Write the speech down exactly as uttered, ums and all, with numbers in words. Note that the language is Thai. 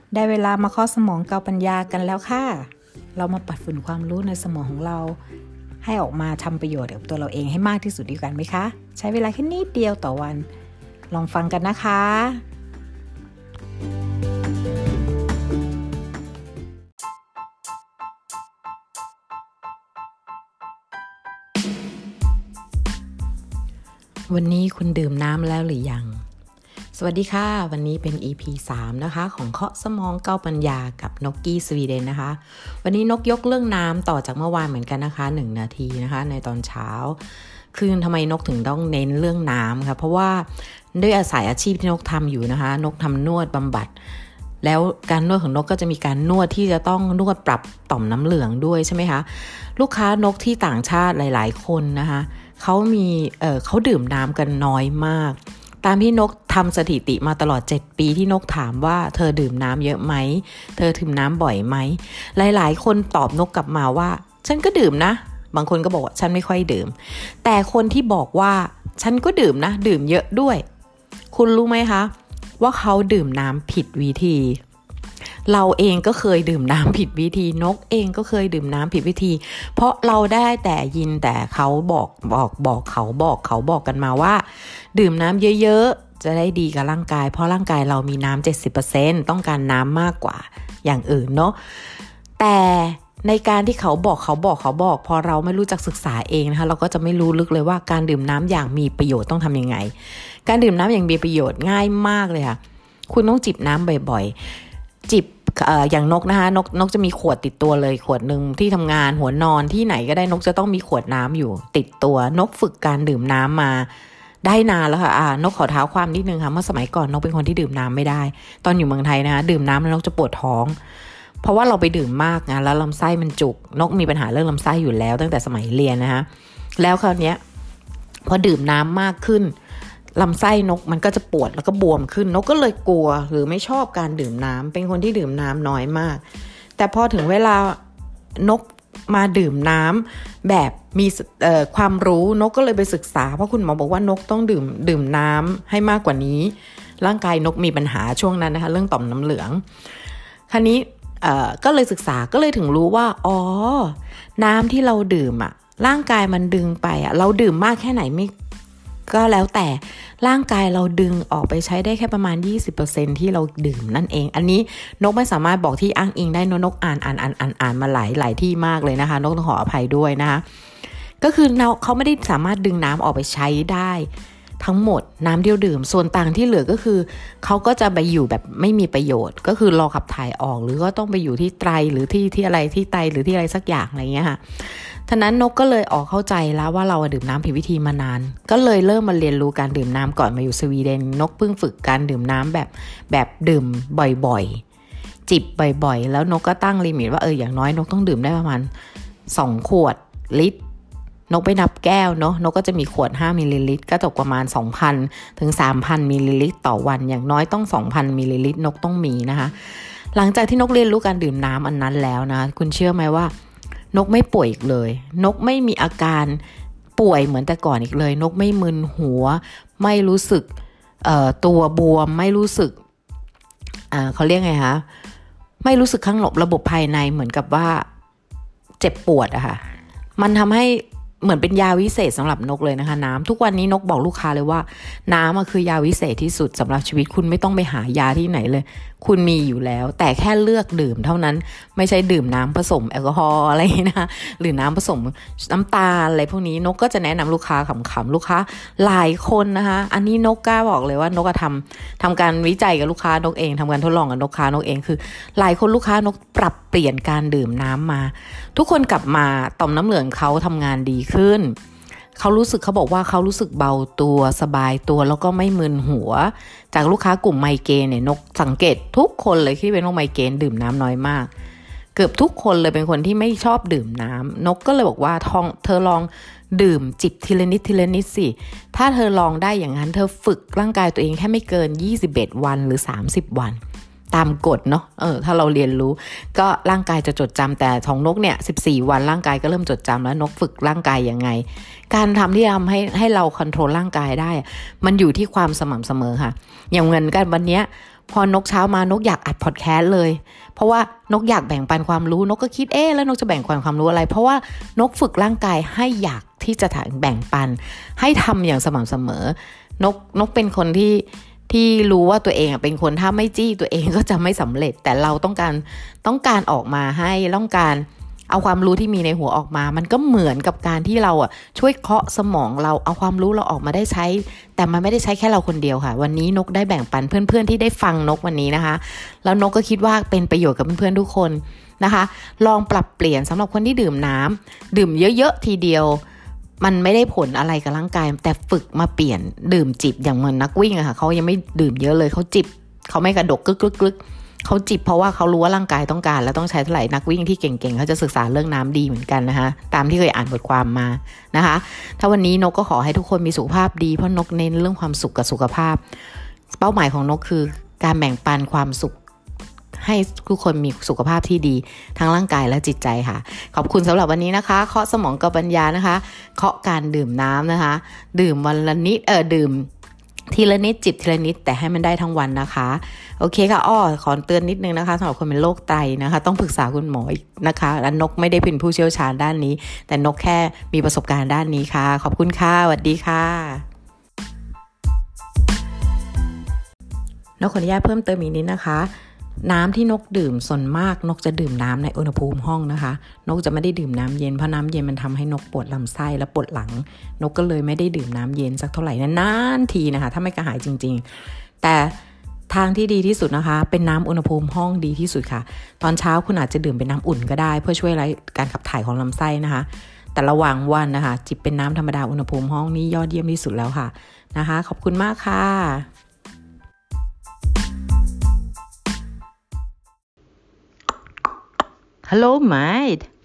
ได้เวลามาเคาะสมองเกาปัญญากันแล้วค่ะเรามาปัดฝุ่นความรู้ในสมองของเราให้ออกมาทำประโยชน์กับตัวเราเองให้มากที่สุดดีกันไหมคะใช้เวลาแค่นิดเดียวต่อวันลองฟังกันนะคะวันนี้คุณดื่มน้ำแล้วหรือยังสวัสดีค่ะวันนี้เป็น อี พี สามนะคะของเคาะสมองเก้าปัญญากับนกกี้สวีเดนนะคะวันนี้นกยกเรื่องน้ำต่อจากเมื่อวานเหมือนกันนะคะหนึ่งนาทีนะคะในตอนเช้าคือทำไมนกถึงต้องเน้นเรื่องน้ำคะเพราะว่าด้วยอาศัยอาชีพที่นกทำอยู่นะคะนกทำนวดบำบัดแล้วการนวดของนกก็จะมีการนวดที่จะต้องนวดปรับต่อมน้ำเหลืองด้วยใช่ไหมคะลูกค้านกที่ต่างชาติหลายๆคนนะคะเขามีเอ่อเขาดื่มน้ำกันน้อยมากตามที่นกทำสถิติมาตลอดเจ็ดปีที่นกถามว่าเธอดื่มน้ำเยอะไหมเธอดื่มน้ำบ่อยไหมหลายๆคนตอบนกกลับมาว่าฉันก็ดื่มนะบางคนก็บอกว่าฉันไม่ค่อยดื่มแต่คนที่บอกว่าฉันก็ดื่มนะดื่มเยอะด้วยคุณรู้ไหมคะว่าเขาดื่มน้ำผิดวิธีเราเองก็เคยดื่มน้ำผิดวิธีนกเองก็เคยดื่มน้ำผิดวิธีเพราะเราได้แต่ยินแต่เขาบอกบอกบอกเขาบอกเขาบอกกันมาว่าดื่มน้ำเยอะๆจะได้ดีกับร่างกายเพราะร่างกายเรามีน้ำ เจ็ดสิบเปอร์เซ็นต์ ต้องการน้ำมากกว่าอย่างอื่นเนาะแต่ในการที่เขาบอกเขาบอกเขาบอกพอเราไม่รู้จักศึกษาเองนะคะเราก็จะไม่รู้ลึกเลยว่าการดื่มน้ำอย่างมีประโยชน์ต้องทำยังไงการดื่มน้ำอย่างมีประโยชน์ง่ายมากเลยค่ะคุณต้องจิบน้ำบ่อยๆจิบเอ่ออย่างนกนะคะนกนกจะมีขวดติดตัวเลยขวดนึงที่ทำงานหัวนอนที่ไหนก็ได้นกจะต้องมีขวดน้ำอยู่ติดตัวนกฝึกการดื่มน้ำมาได้นานแล้วค่ะอ่านกขอเท้าความนิดนึงค่ะเมื่อสมัยก่อนนกเป็นคนที่ดื่มน้ำไม่ได้ตอนอยู่เมืองไทยนะคะดื่มน้ำแล้วนกจะปวดท้องเพราะว่าเราไปดื่มมากนะแล้วลำไส้มันจุกนกมีปัญหาเรื่องลำไส้อยู่แล้วตั้งแต่สมัยเรียนนะคะแล้วคราวนี้พอดื่มน้ำมากขึ้นลำไส้นกมันก็จะปวดแล้วก็บวมขึ้นนกก็เลยกลัวหรือไม่ชอบการดื่มน้ำเป็นคนที่ดื่มน้ำน้อยมากแต่พอถึงเวลานกมาดื่มน้ำแบบมีเอ่อความรู้นกก็เลยไปศึกษาเพราะคุณหมอบอกว่านกต้องดื่มดื่มน้ำให้มากกว่านี้ร่างกายนกมีปัญหาช่วงนั้นนะคะเรื่องต่อมน้ำเหลืองคราวนี้เอ่อก็เลยศึกษาก็เลยถึงรู้ว่าอ๋อน้ำที่เราดื่มอ่ะร่างกายมันดึงไปอ่ะเราดื่มมากแค่ไหนไม่ก็แล้วแต่ร่างกายเราดึงออกไปใช้ได้แค่ประมาณ ยี่สิบเปอร์เซ็นต์ ที่เราดื่มนั่นเองอันนี้นกไม่สามารถบอกที่อ้างอิงได้นกอ่านอ่านอ่านอ่านอ่านมาหลายหลายที่มากเลยนะคะนกต้องขออภัยด้วยนะคะก็คือเขาไม่ได้สามารถดึงน้ำออกไปใช้ได้ทั้งหมดน้ำเดียวดื่มส่วนต่างที่เหลือก็คือเขาก็จะไปอยู่แบบไม่มีประโยชน์ก็คือรอขับถ่ายออกหรือก็ต้องไปอยู่ที่ไตหรือที่ที่อะไรที่ไตหรือที่อะไรสักอย่างอะไรเงี้ยค่ะท่านั้นนกก็เลยออกเข้าใจแล้วว่าเราดื่มน้ำผิดวิธีมานานก็เลยเริ่มมาเรียนรู้การดื่มน้ำก่อนมาอยู่สวีเดนนกเพิ่งฝึกการดื่มน้ำแบบแบบดื่มบ่อยๆจิบบ่อยๆแล้วนกก็ตั้งลิมิตว่าเอออย่างน้อยนกต้องดื่มได้ประมาณสองขวดลิตรนกไปนับแก้วเนาะนกก็จะมีขวดห้ามิลลิลิตรก็ตกประมาณ สองพัน ถึง สามพัน มิลลิลิตรต่อวันอย่างน้อยต้อง สองพัน มิลลิลิตรนกต้องมีนะคะหลังจากที่นกเรียนรู้การดื่มน้ำอันนั้นแล้วนะคุณเชื่อไหมว่านกไม่ป่วยอีกเลยนกไม่มีอาการป่วยเหมือนแต่ก่อนอีกเลยนกไม่มึนหัวไม่รู้สึกเอ่อตัวบวมไม่รู้สึกอ่าเขาเรียกไงคะไม่รู้สึกข้างระบบภายในเหมือนกับว่าเจ็บปวดอะค่ะมันทำให้เหมือนเป็นยาวิเศษสำหรับนกเลยนะคะน้ำทุกวันนี้นกบอกลูกค้าเลยว่าน้ำคือยาวิเศษที่สุดสำหรับชีวิตคุณไม่ต้องไปหายาที่ไหนเลยคุณมีอยู่แล้วแต่แค่เลือกดื่มเท่านั้นไม่ใช่ดื่มน้ำผสมแอลกอฮอล์อะไรนะหรือน้ำผสมน้ำตาลอะไรพวกนี้นกก็จะแนะนำลูกค้าขำๆลูกค้าหลายคนนะคะอันนี้นกกล้าบอกเลยว่านกทำทำการวิจัยกับลูกค้านกเองทำการทดลองกับลูกค้านกเองคือหลายคนลูกค้านกปรับเปลี่ยนการดื่มน้ำมาทุกคนกลับมาต่อมน้ำเหลืองเขาทำงานดีขึ้นเขารู้สึกเขาบอกว่าเขารู้สึกเบาตัวสบายตัวแล้วก็ไม่มึนหัวจากลูกค้ากลุ่มไมเกรนเนี่ยนกสังเกตทุกคนเลยที่เป็นโรคไมเกรนดื่มน้ำน้อยมากเกือบทุกคนเลยเป็นคนที่ไม่ชอบดื่มน้ำนกก็เลยบอกว่าท้องเธอลองดื่มจิบทีละนิดทีละนิดสิถ้าเธอลองได้อย่างนั้นเธอฝึกร่างกายตัวเองแค่ไม่เกินยี่สิบเอ็ดวันหรือสามสิบวันตามกฎเนาะเออถ้าเราเรียนรู้ก็ร่างกายจะจดจำแต่ของนกเนี่ยสิบสี่วันร่างกายก็เริ่มจดจำแล้วนกฝึกร่างกายยังไงการทำที่ทำให้ให้เราคอนโทรลร่างกายได้มันอยู่ที่ความสม่ำเสมอค่ะอย่างเงินกันวันเนี้ยพอนกเช้ามานกอยากอัดพอดแคสต์เลยเพราะว่านกอยากแบ่งปันความรู้นกก็คิดเอ๊ะแล้วนกจะแบ่งปันความรู้อะไรเพราะว่านกฝึกร่างกายให้อยากที่จะแบ่งปันให้ทำอย่างสม่ำเสมอนกนกเป็นคนที่ที่รู้ว่าตัวเองเป็นคนถ้าไม่จี้ตัวเองก็จะไม่สำเร็จแต่เราต้องการต้องการออกมาให้ต้องการเอาความรู้ที่มีในหัวออกมามันก็เหมือนกับการที่เราอ่ะช่วยเคาะสมองเราเอาความรู้เราออกมาได้ใช้แต่มันไม่ได้ใช้แค่เราคนเดียวค่ะวันนี้นกได้แบ่งปันเพื่อนๆที่ได้ฟังนกวันนี้นะคะแล้วนกก็คิดว่าเป็นประโยชน์กับเพื่อนๆทุกคนนะคะลองปรับเปลี่ยนสำหรับคนที่ดื่มน้ำดื่มเยอะๆทีเดียวมันไม่ได้ผลอะไรกับร่างกายแต่ฝึกมาเปลี่ยนดื่มจิบอย่างเหมือนนักวิ่งอะค่ะเขายังไม่ดื่มเยอะเลยเขาจิบเขาไม่กระดกกึกกึกกึกเขาจิบเพราะว่าเขารู้ว่าร่างกายต้องการและต้องใช้เท่าไหร่นักวิ่งที่เก่งๆเขาจะศึกษาเรื่องน้ำดีเหมือนกันนะคะตามที่เคยอ่านบทความมานะคะถ้าวันนี้นกก็ขอให้ทุกคนมีสุขภาพดีเพราะนกเน้นเรื่องความสุขกับสุขภาพเป้าหมายของนกคือการแบ่งปันความสุขให้ทุกคนมีสุขภาพที่ดีทั้งร่างกายและจิตใจค่ะขอบคุณสำหรับวันนี้นะคะเคาะสมองกับปัญญานะคะเคาะการดื่มน้ำนะคะดื่มวันละนิดเออดื่มทีละนิดจิบทีละนิดแต่ให้มันได้ทั้งวันนะคะโอเคค่ะอ้อขอเตือนนิดนึงนะคะสำหรับคนเป็นโรคไตนะคะต้องปรึกษาคุณหมอนะคะและนกไม่ได้เป็นผู้เชี่ยวชาญด้านนี้แต่นกแค่มีประสบการณ์ด้านนี้ค่ะขอบคุณค่ะสวัสดีค่ะนกขออนุญาตเพิ่มเติมอีกนิดนะคะน้ำที่นกดื่มส่วนมากนกจะดื่มน้ำในอุณหภูมิห้องนะคะนกจะไม่ได้ดื่มน้ำเย็นเพราะน้ำเย็นมันทำให้นกปวดลำไส้และปวดหลังนกก็เลยไม่ได้ดื่มน้ำเย็นสักเท่าไหร่นานๆทีนะคะถ้าไม่กระหายจริงๆแต่ทางที่ดีที่สุดนะคะเป็นน้ำอุณหภูมิห้องดีที่สุดค่ะตอนเช้าคุณอาจจะดื่มเป็นน้ำอุ่นก็ได้เพื่อช่วยการขับถ่ายของลำไส้นะคะแต่ระหว่างวันนะคะจิบเป็นน้ำธรรมดาอุณหภูมิห้องนี้ยอดเยี่ยมที่สุดแล้วค่ะนะคะขอบคุณมากค่ะ Hello mate